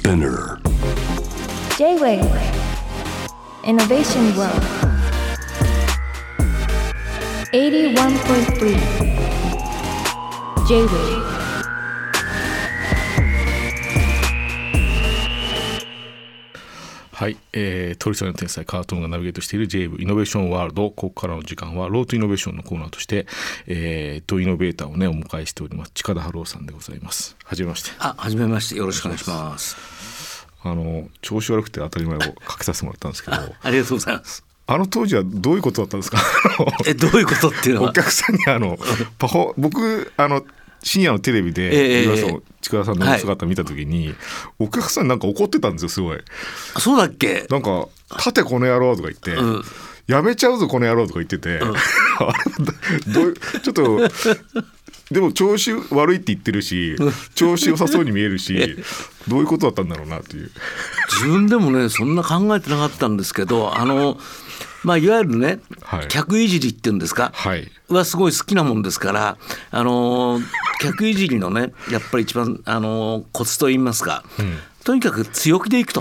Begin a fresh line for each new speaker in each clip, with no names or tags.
Spinner
J-Wave Innovation World 81.3 J-Wave
はい、取り調べの天才カートンがナビゲートしている J-Wave イノベーションワールド。ここからの時間はロートイノベーションのコーナーとして、イノベーターをねお迎えしております近田春夫さんでございます。はじめまして。
はじめまして、よろしくお願いします。
調子悪くて当たり前をかけさせてもらったんですけど
ありがとうございます。
当時はどういうことだったんですか
どういうことっていうのは
お客さんに僕深夜のテレビで近田さんの姿見た時に、お客さんなんか怒ってたんですよ。すごい。
そうだっけ。
なんか立てこの野郎とか言って、やめちゃうぞこの野郎とか言ってて、ちょっとでも調子悪いって言ってるし調子良さそうに見えるしどういうことだったんだろうなっていう。
自分でもねそんな考えてなかったんですけどいわゆるね、客いじりっていうんですか、はすごい好きなもんですから客いじりのねやっぱり一番コツといいますか、とにかく強気でいくと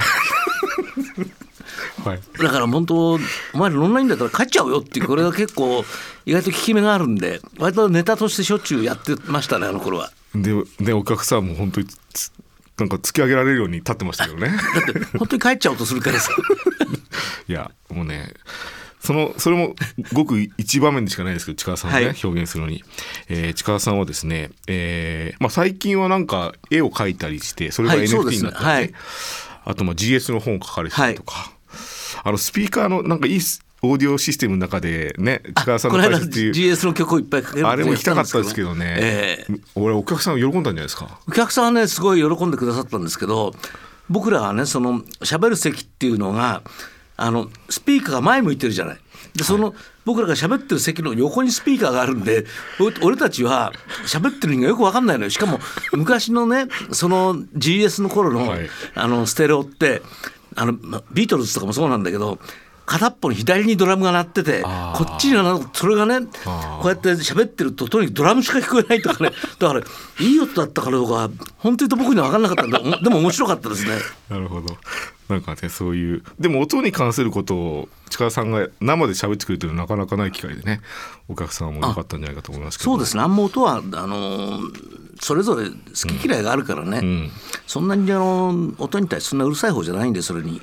だから本当お前ら乗んないんだったら帰っちゃうよっていう、これが結構意外と効き目があるんで割とネタとしてしょっちゅうやってましたね、あの頃は。
でお客さんも本当になんか突き上げられるように立ってましたけどね
だって本当に帰っちゃおうとするからさ
いやもうねそれもごく一場面でしかないですけど近田さんをね、表現するのに、近田さんはですね、最近はなんか絵を描いたりしてそれが NFT になったり、あとGS の本を書かれてたりとか、スピーカーのなんかいいオーディオシステムの中でね近田さんの会社っていう
GS の曲をいっぱいかける
あれも行きたかったですけどね、俺お客さん喜んだんじゃないですか。
お客さんはねすごい喜んでくださったんですけど、僕らはねその喋る席っていうのがスピーカーが前向いてるじゃない。で僕らが喋ってる席の横にスピーカーがあるんで、俺たちは喋ってる意味がよく分かんないのよ。しかも昔のねその GS の頃の、ステレオってビートルズとかもそうなんだけど、片っぽに左にドラムが鳴っててこっちにはそれがねこうやって喋ってるととにかくドラムしか聞こえないとかねだからいい音だったかどうか本当に僕には分かんなかったんででも面白かったですね。
なるほど。なんかねそういうでも音に関することを近田さんが生で喋ってくれてるのはなかなかない機会でねお客さんも良かったんじゃないかと思いますけど。
そうですね。音はそれぞれ好き嫌いがあるからね、そんなに音に対してそんなうるさい方じゃないんで。それに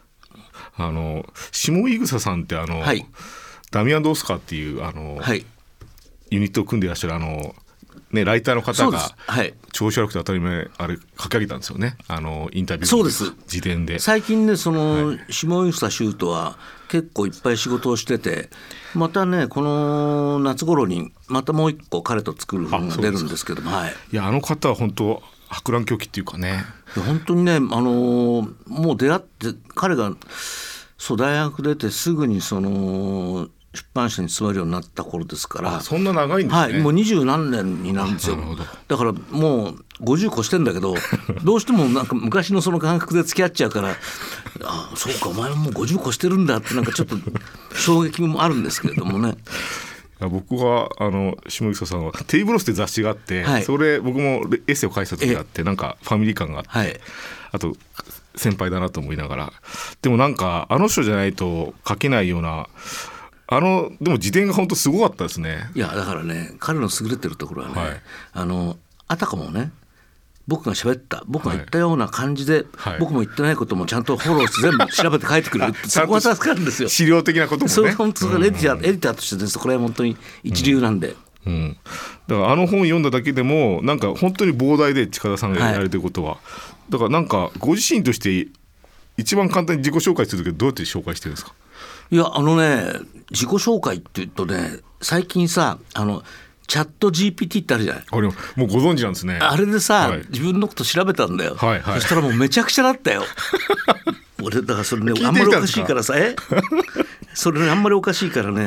下井草さんってダミアン・ドースカーっていうユニットを組んでいらっしゃるライターの方が調子悪くて当たり前あれ書き上げたんですよね、インタビューの時点で。
最近ね下井草修斗は結構いっぱい仕事をしてて、またねこの夏頃にまたもう一個彼と作るのが出るんですけども、
いや方は本当博覧狂気っていうかね、
本当にねもう出会って彼が大学出てすぐに出版社に勤めるようになった頃ですから。
そんな長いんですね。
もう20何年になるんですよ。だからもう50越してんだけどどうしてもなんか昔のその感覚で付き合っちゃうからそうかお前はもう50越してるんだってなんかちょっと衝撃もあるんですけれどもね
僕は下井草さんはテイブロスって雑誌があって、それ僕もエッセイを書いた時があって、なんかファミリー感があって、あと先輩だなと思いながら、でもなんか人じゃないと書けないようなでも自伝が本当すごかったですね。
いやだからね彼の優れてるところはね、あたかもね僕が言ったような感じで、僕も言ってないこともちゃんとフォローして全部調べて書いてくれるってそこは助かるんですよ。
資料的なこともね。
そう本当エディターとしてですとこれは本当に一流なんで、
だから本読んだだけでもなんか本当に膨大で近田さんがやられてることは、だからなんかご自身として一番簡単に自己紹介するときどうやって紹介してるんですか。
いや自己紹介って言うとね最近さチャット GPT ってあるじゃない。
もうご存知なんですね。
あれでさ、自分のこと調べたんだよ、そしたらもうめちゃくちゃだったよ俺だからそれねあんまりおかしいからさそれねあんまりおかしいからね、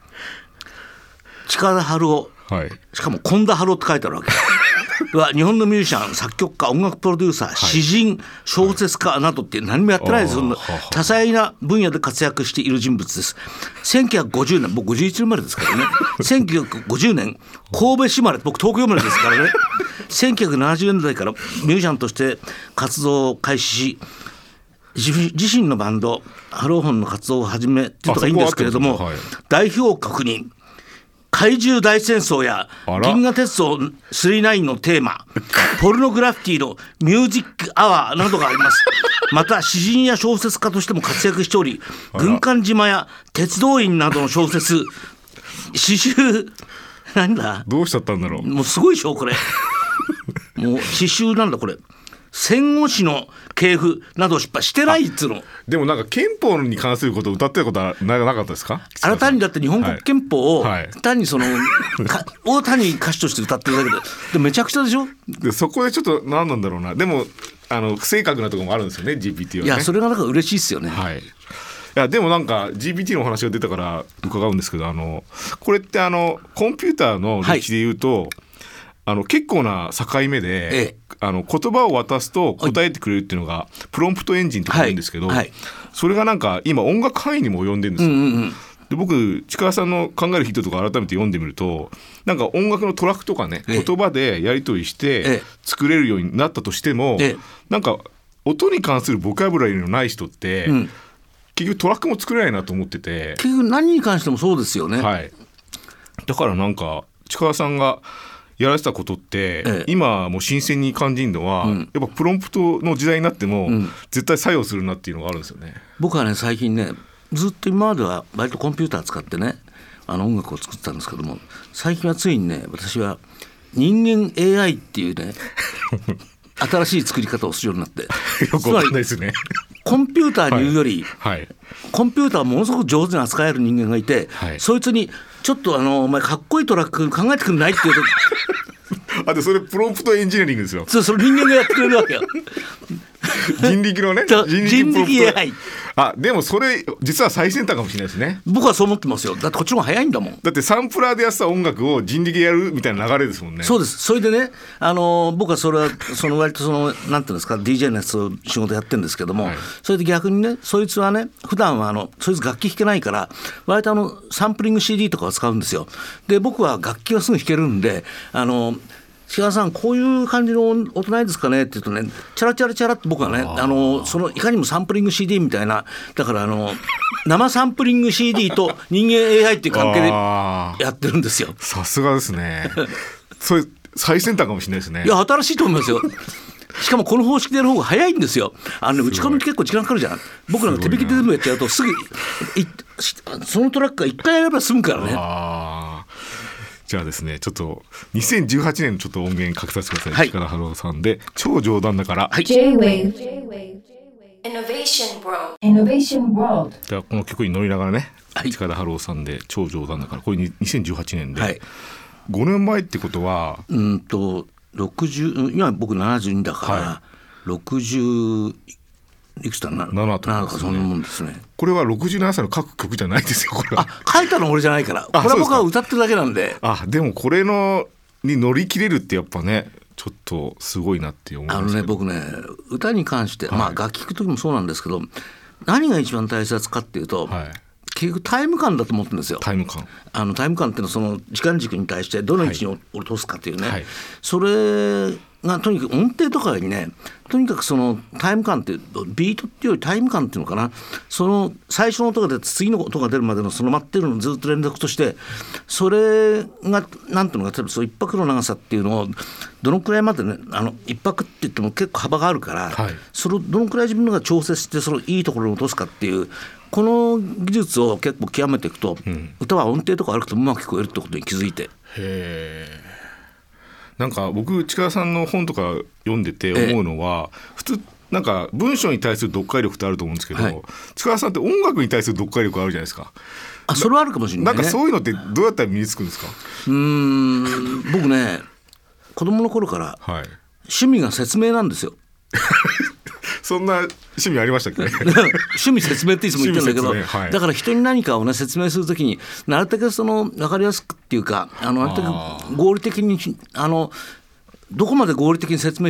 近田春夫、しかも近田春夫って書いてあるわけは日本のミュージシャン作曲家音楽プロデューサー詩人小説家などって何もやってないです。多彩な分野で活躍している人物です。1950年僕51年生まれですからね1950年神戸市生まれ、僕東京生まれですからね 1970年代からミュージシャンとして活動を開始し、自身のバンドハローホンの活動を始めっていうのがいいんですけれども、代表曲に怪獣大戦争や銀河鉄道999のテーマ、ポルノグラフィティのミュージックアワーなどがあります。また詩人や小説家としても活躍しており、軍艦島や鉄道員などの小説、詩集、なんだ
どうしちゃったんだろう。
もうすごいでしょこれ。もう詩集なんだこれ。戦後史の系譜などを失敗してないっつうの。
でもなんか憲法に関することを歌ってたことはなかったですか？
あなたにだって日本国憲法を単にその、を単に歌詞として歌ってるだけでめちゃくちゃでしょ。
でそこでちょっと何なんだろうな。でも不正確なところもあるんですよね GPT はね。
いやそれがなんか嬉しいですよね。
はい。いやでもなんか GPT のお話が出たから伺うんですけど、これってコンピューターの歴史で言うと、結構な境目で、言葉を渡すと答えてくれるっていうのがプロンプトエンジンって言うんですけど、それがなんか今音楽範囲にも及んでるんですよ。で僕近川さんの考えるヒットとか改めて読んでみると、なんか音楽のトラックとかね、言葉でやり取りして作れるようになったとしても、なんか音に関するボキャブラリーのない人って、結局トラックも作れないなと思ってて。
結局何に関してもそうですよね。
はい。だからなんか近川さんがやられてたことって、今もう新鮮に感じるのは、やっぱプロンプトの時代になっても、絶対作用するなっていうのがあるんですよね。
僕はね最近ねずっと今までは割とコンピューター使ってね音楽を作ってたんですけども、最近はついにね私は人間 AI っていうね新しい作り方をするようになって
よくわかんないですね。
コンピューターに言うより、コンピューターをものすごく上手に扱える人間がいて、そいつにちょっとお前かっこいいトラック考えてくれないっていうと
でそれプロンプトエンジニアリングですよ。
それ人間がやってくれるわけよ。
人力のね
人力 AI。
でもそれ実は最先端かもしれないですね。
僕はそう思ってますよ。だってこっちの方が早いんだもん。
だってサンプラーでやってた音楽を人力でやるみたいな流れですもんね。
そうです。それでね僕はそれは割となんていうんですか DJ のやつを仕事やってるんですけども、それで逆にねそいつはね普段はそいつ楽器弾けないから割とサンプリング CD とかを使うんですよ。で僕は楽器がすぐ弾けるんで千川さんこういう感じの音ないですかねって言うとねチャラチャラチャラって僕はねいかにもサンプリング CD みたいな、だから生サンプリング CD と人間 AI っていう関係でやってるんですよ。
さすがですね。それ最先端かもしれないですね。
いや新しいと思いますよ。しかもこの方式でやる方が早いんですよ。打ち込み結構時間かかるじゃん。僕なんか手引きで全部やっちゃうとすぐそのトラックが1回やれば済むからね。
じゃあですねちょっと2018年のちょっと音源かけさせてください。近田春夫さんで超冗談だから。
J-Wave Innovation World。
じゃあこの曲に乗りながらね、近田春夫さんで超冗談だから、これ2018年で、5年前ってことは
60今僕72だから、60いくつだな
7とかですね。
そんなもんですね。
これは67歳の書く曲じゃないですよ。これは
書いたの俺じゃないから、これは僕は歌ってるだけなんで。
でもこれに乗り切れるってやっぱねちょっとすごいなって思いますけど。
僕ね歌に関して、楽器聴く時もそうなんですけど、何が一番大切かっていうと、結局タイム感だと思ってるんですよ。タイム感っていうのはその時間軸に対してどの位置に落とすかっていうね、それがとにかく音程とかにね、とにかくそのタイム感っていうビートっていうよりタイム感っていうのかな、その最初の音が出て次の音が出るまでのその待ってるのをずっと連続として、それがなんていうのか、例えばそう一拍の長さっていうのをどのくらいまでね、一拍って言っても結構幅があるから、それをどのくらい自分のが調節してそのいいところに落とすかっていうこの技術を結構極めていくと、歌は音程とか悪くてもうまく聞こえるってことに気づいて。
なんか僕近田さんの本とか読んでて思うのは、普通なんか文章に対する読解力ってあると思うんですけど、近田さんって音楽に対する読解力あるじゃないですか。
それはあるかもしれないね。
なんかそういうのってどうやったら身につくんですか？
僕ね子供の頃から趣味が説明なんですよ。
そんな趣味ありましたっけ？
趣味説明っていつも言ってるんだけど、だから人に何かをね説明するときになるだけ分かりやすくっていうか、なるだけ合理的にどこまで合理的に説明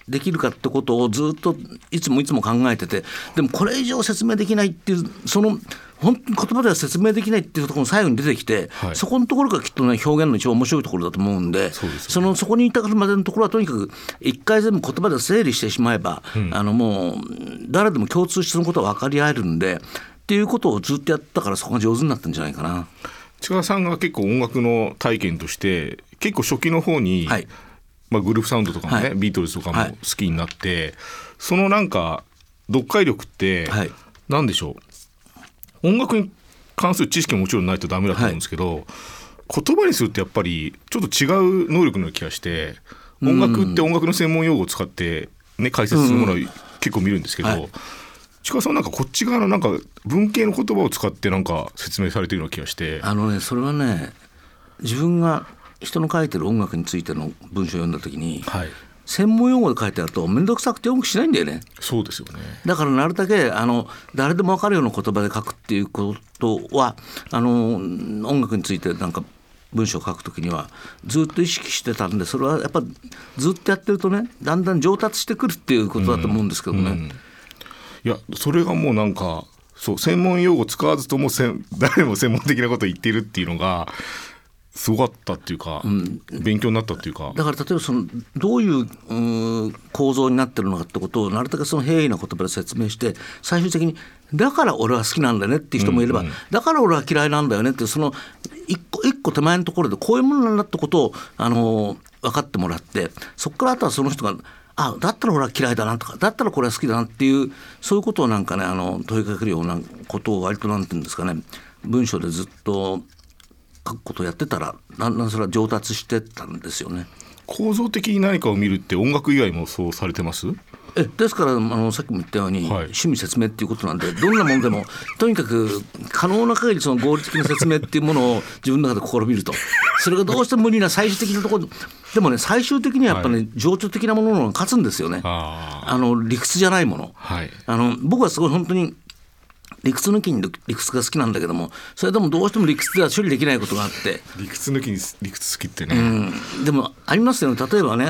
できるかってことをずっといつも考えてて、でもこれ以上説明できないっていう、その本当に言葉では説明できないっていうところの最後に出てきて、はい、そこのところがきっとね表現の一番面白いところだと思うんで、そこに至るまでのところはとにかく一回全部言葉で整理してしまえば、もう誰でも共通してそのことは分かり合えるんでっていうことをずっとやったから、そこが上手になったんじゃないかな。
千川さんが結構音楽の体験として結構初期の方に、はい、グループサウンドとかもね、はい、ビートルズとかも好きになって、はい、そのなんか読解力って、はい、なんでしょう、音楽に関する知識ももちろんないとダメだと思うんですけど、はい、言葉にするってやっぱりちょっと違う能力のような気がして、音楽って音楽の専門用語を使って、ね、解説するものを結構見るんですけど、はい、千川さんなんかこっち側のなんか文系の言葉を使ってなんか説明されているような気がして、
それはね、自分が人の書いてる音楽についての文章を読んだ時に、はい、専門用語で書いてあると面倒くさくて読む気しないんだよね。
そうですよね。
だからなるだけ誰でも分かるような言葉で書くっていうことは音楽についてなんか文章を書くときにはずっと意識してたんで、それはやっぱずっとやってるとね、だんだん上達してくるっていうことだと思うんですけどね、
いやそれがもうなんかそう、専門用語使わずとも誰も専門的なことを言っているっていうのがすごかったっていうか、勉強になったっていうか。
だから例えばどういう構造になってるのかってことをなるだけその平易な言葉で説明して、最終的にだから俺は好きなんだよねっていう人もいれば、だから俺は嫌いなんだよねっていう、その一個手前のところでこういうものなんだってことを分かってもらって、そこからあとはその人がだったら俺は嫌いだなとか、だったらこれは好きだなっていう、そういうことをなんかね問いかけるようなことを割となんていうんですかね、文章でずっと書くことをやってたらだんだんそれは上達してったんですよね。
構造的に何かを見るって音楽以外もそうされてます？
ですからさっきも言ったように、はい、趣味説明っていうことなんで、どんなものでもとにかく可能な限りその合理的な説明っていうものを自分の中で試みると、それがどうしても無理な最終的なところでもね、最終的にはやっぱり、ね、情緒的なものの方が勝つんですよね。理屈じゃないもの、はい、僕はすごい本当に理屈抜きに理屈が好きなんだけども、それでもどうしても理屈では処理できないことがあって、
理屈抜きに理屈好きってね、
でもありますよね。例えばね、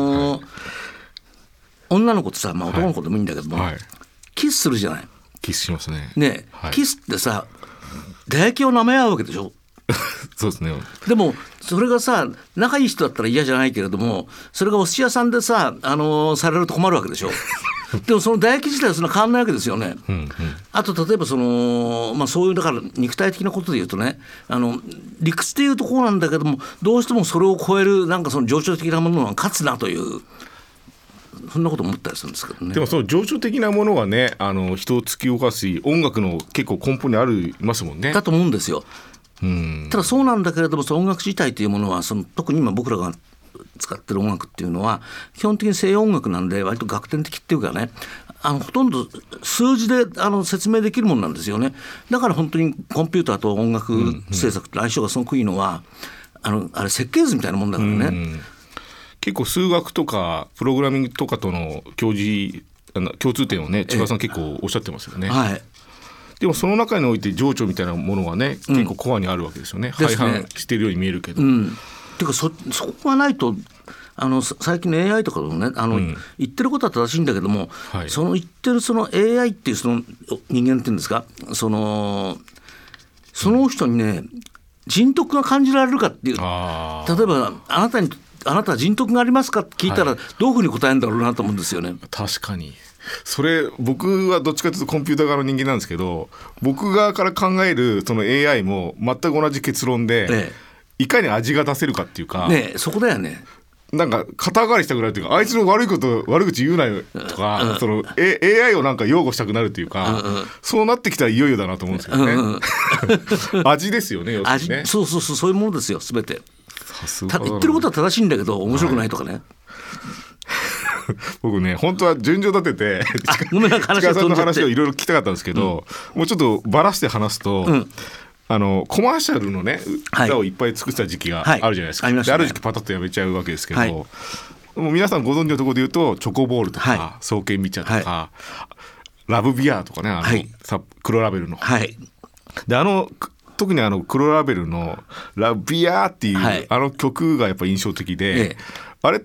女の子とさ、男の子でもいいんだけども、はい、キスするじゃない。
キスしますね。
はい、キスってさ、唾液を舐め合うわけでしょ。
そうですね。
でもそれがさ、仲いい人だったら嫌じゃないけれども、それがお寿司屋さんでさ、されると困るわけでしょ。でもその唾液自体はそんな変わんないわけですよね。あと例えばそういうだから肉体的なことで言うとね、理屈で言うとこうなんだけども、どうしてもそれを超えるなんかその情緒的なものが勝つなという、そんなこと思ったりするんですけどね。
でもその情緒的なものがね、人を突き動かす音楽の結構根本にありますもんね。
だと思うんですよ。ただそうなんだけれども、その音楽自体というものは特に今僕らが使ってる音楽っていうのは基本的に西洋音楽なんで、割と学典的っていうかね、ほとんど数字で説明できるものなんですよね。だから本当にコンピューターと音楽制作と相性がすごくいいのは、あれ設計図みたいなもんだからね。
結構数学とかプログラミングとかとの共通点をね、千葉さん結構おっしゃってますよね。はい。でもその中において情緒みたいなものがね、結構コアにあるわけですよね。廃反しているように見えるけど、
てかそこがないと最近の AI とかでもね、言ってることは正しいんだけども、はい、その言ってるその AI っていうその人間っていうんですか、その人にね、人徳が感じられるかっていう。例えばあなたは人徳がありますかって聞いたら、どういうふうに答えるんだろうなと思うんですよね。
確かにそれ、僕はどっちかというとコンピューター側の人間なんですけど、僕側から考えるその AI も全く同じ結論で、いかに味が出せるかっていうか、
そこだよね。
なんか肩上がりしたくなるというか、あいつの悪口言うなよとか、その AI をなんか擁護したくなるというか、そうなってきたらいよいよだなと思うんですけどね。味ですよね、要するにね。
そういうものですよ、全て。言ってることは正しいんだけど面白くないとかね。
僕ね、本当は順序立てて近川さんの話をいろいろ聞きたかったんですけど、もうちょっとバラして話すと、コマーシャルのね、歌をいっぱい作った時期があるじゃないですか。である時期パタッとやめちゃうわけですけど、もう皆さんご存知のところで言うとチョコボールとか、爽健美茶とか、ラブビアとかね、黒ラベルの、で特に黒ラベルのラブビアっていう、曲がやっぱ印象的で、あれって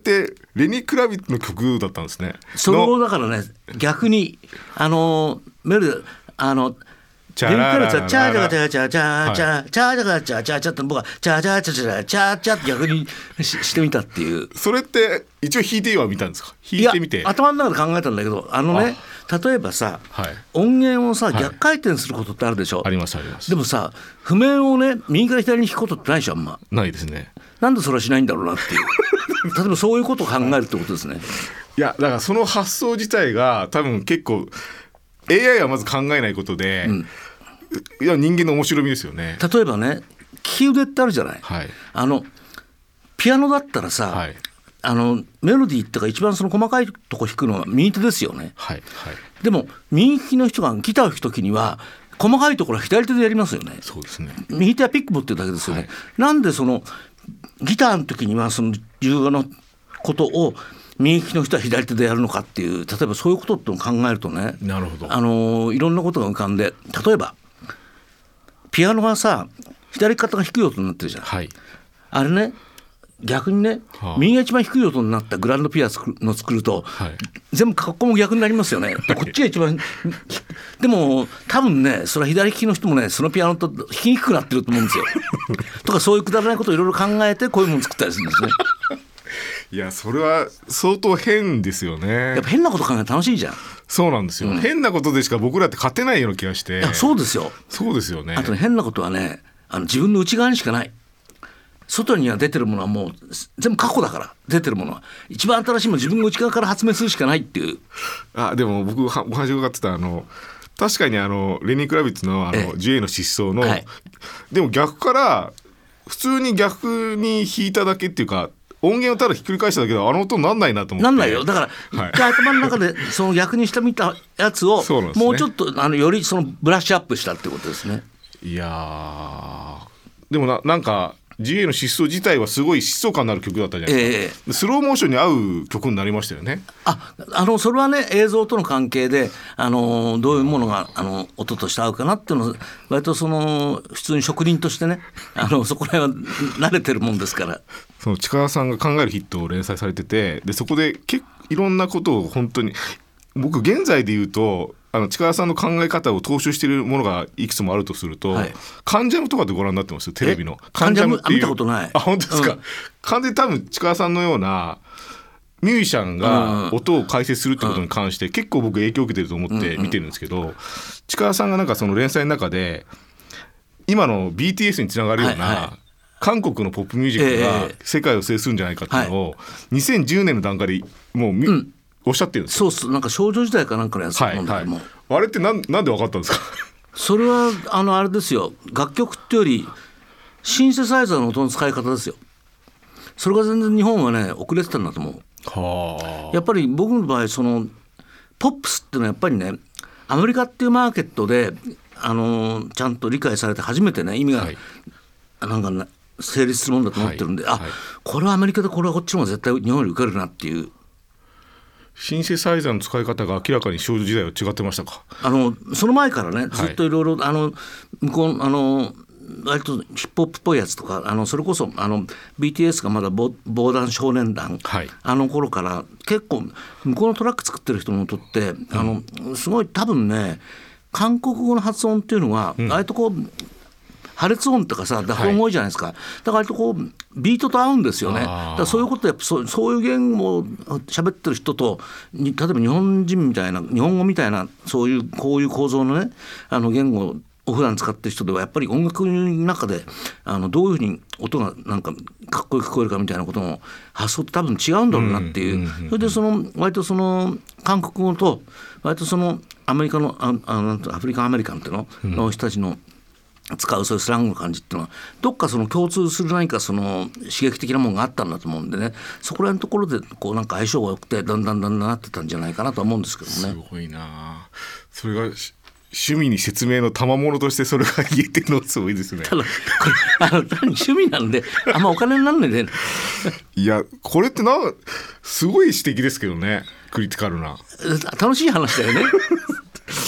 レニー・クラビッツの曲だったんですね。
それをだからね逆にメロディ
チ
レニー・クラビッツ
ャララララ
はチャーチャチャチャチャチャチャチャチャチャチャって僕はチャーチャチャチャチャチャって逆にしてみたっていう。
それって一応弾いてはみたんですか？弾
いや
いてみて。
頭の中で考えたんだけど例えばさ、
はい、
音源をさ
はい
逆回転することってあるでしょ。
ありますあります。
でもさ譜面をね右から左に弾くことってないでしょあんま。
ないですね。
なんでそれはしないんだろうなっていう例えばそういうことを考えるってことですね。
いやだからその発想自体が多分結構 AI はまず考えないことで、いや人間の面白みですよね。
例えばね利き腕ってあるじゃない、
はい、
ピアノだったらさ、
はい、
メロディーってか一番その細かいとこ弾くのは右手ですよね、
はいはい、
でも右利きの人がギターを弾くときには細かいところは左手でやりますよね。
そうですね。
右手はピック持ってるだけですよね、
はい、
なんでそのギターの時にはその重要なことを右利きの人は左手でやるのかっていう、例えばそういうことってのを考えるとね、
なるほど、
いろんなことが浮かんで、例えばピアノがさ左肩が低い音になってるじゃん、
はい、
あれね逆にね、右が一番低い音になったグランドピアノ作ると、はい、全部格好も逆になりますよねこっちが一番でも多分ねそれは左利きの人もねそのピアノと弾きにくくなってると思うんですよとかそういうくだらないことをいろいろ考えてこういうものを作ったりするんですね
いやそれは相当変ですよね。
やっぱ変なこと考えて楽しいじゃん。
そうなんですよ、変なことでしか僕らって勝てないような気がして。
いやそうですよ。
そうですよね。
あとね変なことはね自分の内側にしかない。外には出てるものはもう全部過去だから、出てるものは一番新しいもの自分の内側から発明するしかないっていう。
でも僕お話伺ってた確かにレニー・クラビッツのGA の失踪の、はい、でも逆から普通に逆に弾いただけっていうか音源をただひっくり返しただけでは音になんないなと思って。
なんないよ。だから一回頭の中でその逆にしてみたやつをね、もうちょっとよりそのブラッシュアップしたってことですね。い
やでもなんかGA の失踪自体はすごい疾走感のある曲だったじゃないですか、スローモーションに合う曲になりましたよね。
それはね映像との関係でどういうものが音として合うかなっていうのを割とその普通に職人としてねそこら辺は慣れてるもんですから。
その近田さんが考えるヒットを連載されてて、でそこでいろんなことを本当に僕現在で言うと近田さんの考え方を踏襲しているものがいくつもあるとすると、はい、カンジャムとかでご覧になってますよテレビの。
カンジャムっていう見たことない。
本当ですか、完全に多分近田さんのようなミュージシャンが音を解説するってことに関して結構僕影響を受けてると思って見てるんですけど、近田さんがなんかその連載の中で今の BTS につながるような、はいはい、韓国のポップミュージックが世界を制するんじゃないかっていうのを2010年の段階でもうおっしゃってるんですよ。
そうなんか少女時代かなんかのやつなんだけども、
あれってなんで分かったんですか
それはあれですよ、楽曲ってよりシンセサイザーの音の使い方ですよ。それが全然日本はね遅れてたんだと思う。やっぱり僕の場合そのポップスっていうのはやっぱりねアメリカっていうマーケットでちゃんと理解されて初めてね意味がなんか成立するものだと思ってるんで、これはアメリカでこれはこっちの方が絶対日本より受かるなっていう。
シンセサイザーの使い方が明らかに少女時代は違ってましたか？
その前からねずっといろいろ向こう割とヒップホップっぽいやつとかそれこそBTS がまだ防弾少年団、はい、頃から結構向こうのトラック作ってる人にとってすごい多分ね韓国語の発音っていうのは、割とこう破裂音とかさ濁音多いじゃないですか、だから割とこうビートと合うんですよね。だからそういうことやっぱそういう言語を喋ってる人と例えば日本人みたいな日本語みたいなこういう構造のね言語を普段使ってる人ではやっぱり音楽の中でどういうふうに音がなんかかっこよく聞こえるかみたいなことの発想って多分違うんだろうなっていう、それで割と韓国語と割とアメリカのアフリカンアメリカンっていうの人たちの使うそういうスラングの感じっていうのはどっか共通する何か刺激的なものがあったんだと思うんでね、そこら辺のところでこうなんか相性が良くてだんだんなってたんじゃないかなと思うんですけどね。
すごいな。それが趣味に説明の賜物としてそれが言えてるのすごいですね。
ただこれ趣味なんであんまお金にならないで
いやこれってすごい指摘ですけどね。クリティカルな
楽しい話だよね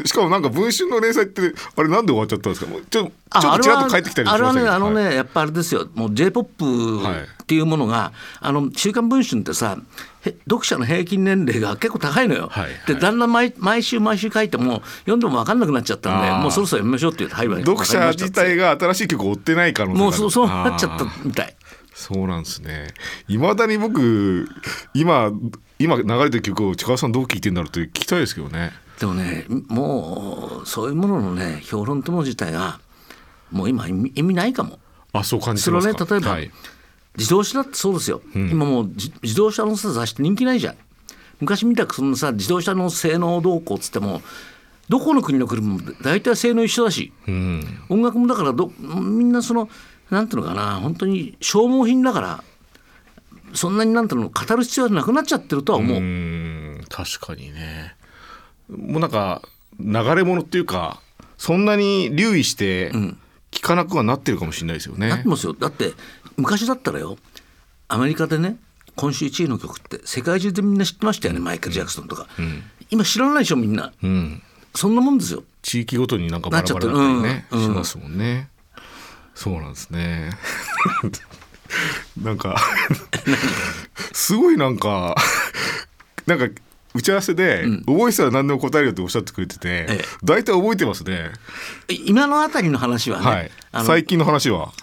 しかもなんか文春の連載ってあれなんで終わっちゃったんですか。もうちょっとちらっと帰ってきたりしましたけど。
あれはね、やっぱあれですよ、もう J-POP っていうものが、週刊文春ってさ、読者の平均年齢が結構高いのよ、でだんだん毎週書いても読んでも分かんなくなっちゃったんで、もうそろそろ読みましょうって言って、はい、
読者自体が新しい曲を追ってない可能性がある。
もうそうなっちゃったみたい。
そうなんですね。いまだに僕今流れてる曲を近田さんどう聴いてんだろうって聞きたいですけどね。
でもね、もうそういうもののね、評論ともの自体がもう今意味ないかも。
そう感じてますか。
それはね、例えば、自動車だってそうですよ、今もう自動車の雑誌って人気ないじゃん。昔みたくそのさ、自動車の性能どうこうっつってもどこの国の車も大体性能一緒だし、音楽もだからみんなそのなんていうのかな、本当に消耗品だから、そんなになんていうの語る必要はなくなっちゃってるとは思う。
確かにね。もうなんか流れ物っていうか、そんなに留意して聞かなくはなってるかもしれないですよね。
なってますよ。だって昔だったらよ、アメリカでね今週1位の曲って世界中でみんな知ってましたよね、マイケル・ジャクソンとか、今知らないでしょみんな、そんなもんですよ。
地域ごとになんかバラバラだったりね、しますもんね。そうなんですね。なんかすごいなんか打ち合わせで、覚えてたら何でも答えるよっておっしゃってくれてて、大体覚えてますね。
今のあたりの話はね、
最近の話は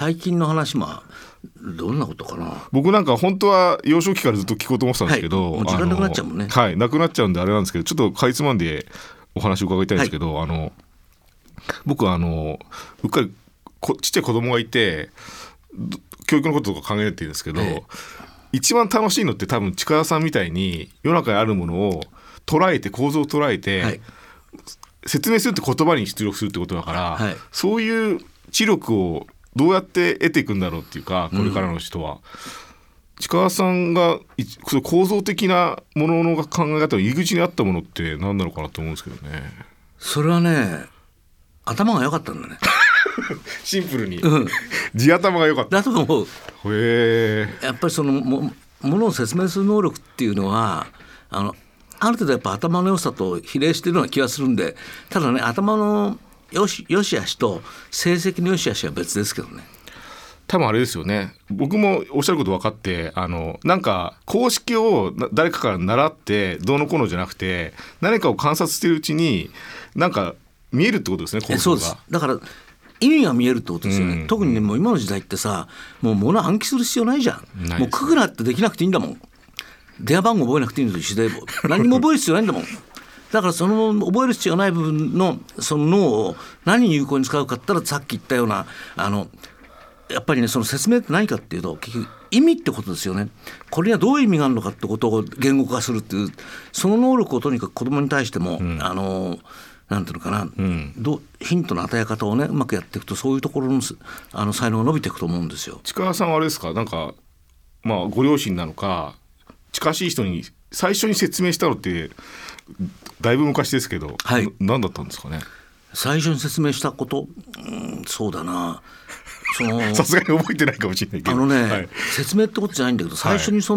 どんなことかな。
僕なんか本当は幼少期からずっと聞こうと思ってたんですけど、
もう時間なくなっちゃうもんね。
なくなっちゃうんであれなんですけど、ちょっとかいつまんでお話を伺いたいんですけど、僕はうっかりちっちゃい子供がいて教育のこととか考えてるんですけど、一番楽しいのって多分近田さんみたいに世の中にあるものを捉えて、構造を捉えて、説明するって言葉に出力するってことだから、そういう知力をどうやって得ていくんだろうっていうか、これからの人は、近田さんが構造的なものの考え方の入り口にあったものって何なのかなと思うんですけどね。
それはね、頭が良かったんだね。
シンプルに、地頭が良かった
だと思う。やっぱりそのものを説明する能力っていうのはある程度やっぱ頭の良さと比例しているような気がするんで、ただね、頭の良し悪しと成績の良し悪しは別ですけどね。
多分あれですよね。僕もおっしゃること分かって、なんか公式を誰かから習ってどうのこうのじゃなくて、何かを観察しているうちになんか見えるってことですね、構造が。
そうです。だから意味が見えるってことですよね、特にね、もう今の時代ってさ、もう物暗記する必要ないじゃん。もうくぐらってできなくていいんだもん。電話番号覚えなくていいのと一緒で、何も覚える必要ないんだもん。だからその覚える必要ない部分のその脳を何に有効に使うかって言ったら、さっき言ったようなやっぱりね、その説明って何かっていうと、結局意味ってことですよね。これにはどういう意味があるのかってことを言語化するっていう、その能力をとにかく子どもに対しても、なんていうのかな、ヒントの与え方をね、うまくやっていくと、そういうところの才能が伸びていくと思うんですよ。
近田さんはあれですか、なんかご両親なのか近しい人に最初に説明したのってだいぶ昔ですけど、何だったんですかね。
最初に説明したこと、そうだな、
さすがに覚えてないかもしれないけど、
説明ってことじゃないんだけど、最初にこ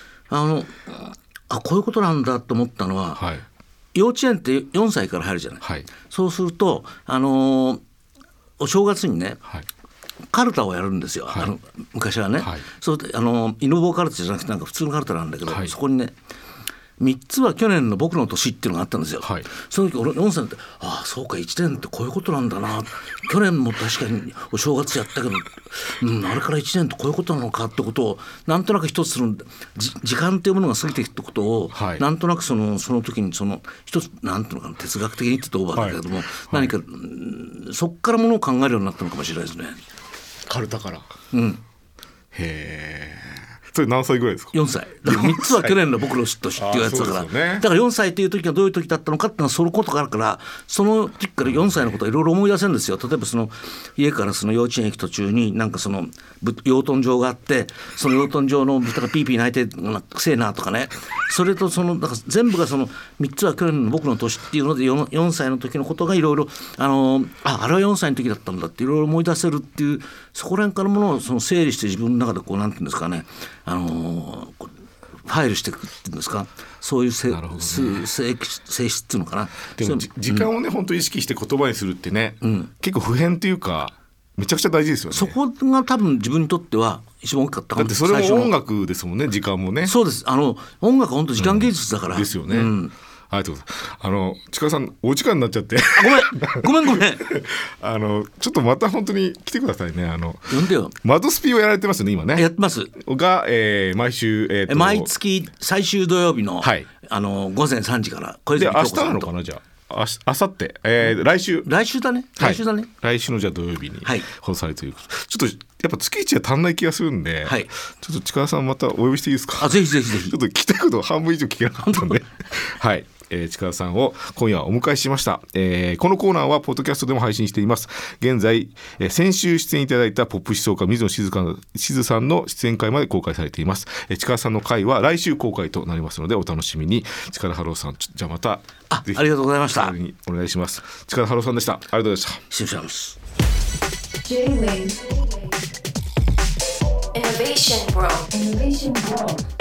ういうことなんだと思ったのは、幼稚園って4歳から入るじゃない、そうするとお正月にね、カルタをやるんですよ、昔はね、そうイノボーカルタじゃなくてなんか普通のカルタなんだけど、そこにね、3つは去年の僕の年っていうのがあったんですよ、その時俺4歳になって、そうか、1年ってこういうことなんだな、去年も確かにお正月やったけど、あれから1年ってこういうことなのかってことをなんとなく一つ時間っていうものが過ぎていくってことを、なんとなくその時に一つなんていうのかな、哲学的にって言うとオーバーだけれども、何かそっからものを考えるようになったのかもしれないですね。
カルタから。へえ。それ何歳ぐらいですか。
4歳だから3つは去年の僕の年っていうやつだから、だから4歳っていう時がどういう時だったのかっていうのはそのことがあるから、その時から4歳のことをいろいろ思い出せるんですよ。例えば家から幼稚園駅途中になんか養豚場があって、その養豚場の豚がピーピー鳴いてくせえなとかね、それとだから全部が3つは去年の僕の年っていうので 4歳の時のことがいろいろあれは4歳の時だったんだっていろいろ思い出せるっていう、そこら辺からものを整理して自分の中でなんていうんですかね、ファイルしていくっていうんですか、そういう性
なるほどね
質っていうのかな。
でも時間をね、本当意識して言葉にするってね、結構普遍っていうかめちゃくちゃ大事ですよね。
そこが多分自分にとっては一番大きかったかも。
だってそれも音楽ですもんね、時間もね。
そうです。音楽は本当時間芸術だから、
ですよね、ありがとうございます。近田さんお時間になっちゃって
ごめん
ちょっとまた本当に来てくださいね。
呼んでよ。
マドスピをやられてますよね今ね。
やってます
が、毎週、
毎月最終土曜日の、
はい、
午前3時から小
で
泉京子さんと。
明日なのかな、じゃああさって、来週
だね、来週だね、
来週のじゃあ土曜日に
はい
放送されるということ、ちょっとやっぱ月1は足んない気がするんで、
はい、
ちょっと近田さんまたお呼びしていいですか。
ぜひぜひぜひ。
ちょっと聞きたいこと半分以上聞けなかったんではい、近田さんを今夜はお迎えしました。このコーナーはポッドキャストでも配信しています。現在、先週出演いただいたポップ思想家水野しずさんの出演会まで公開されています。近田さんの回は来週公開となりますのでお楽しみに。近田春夫さん、じゃあまた
ありがとうございました。
お願いします。近田春夫さんでした。ありがとうございました。
失礼します。
J-Wave Innovation World.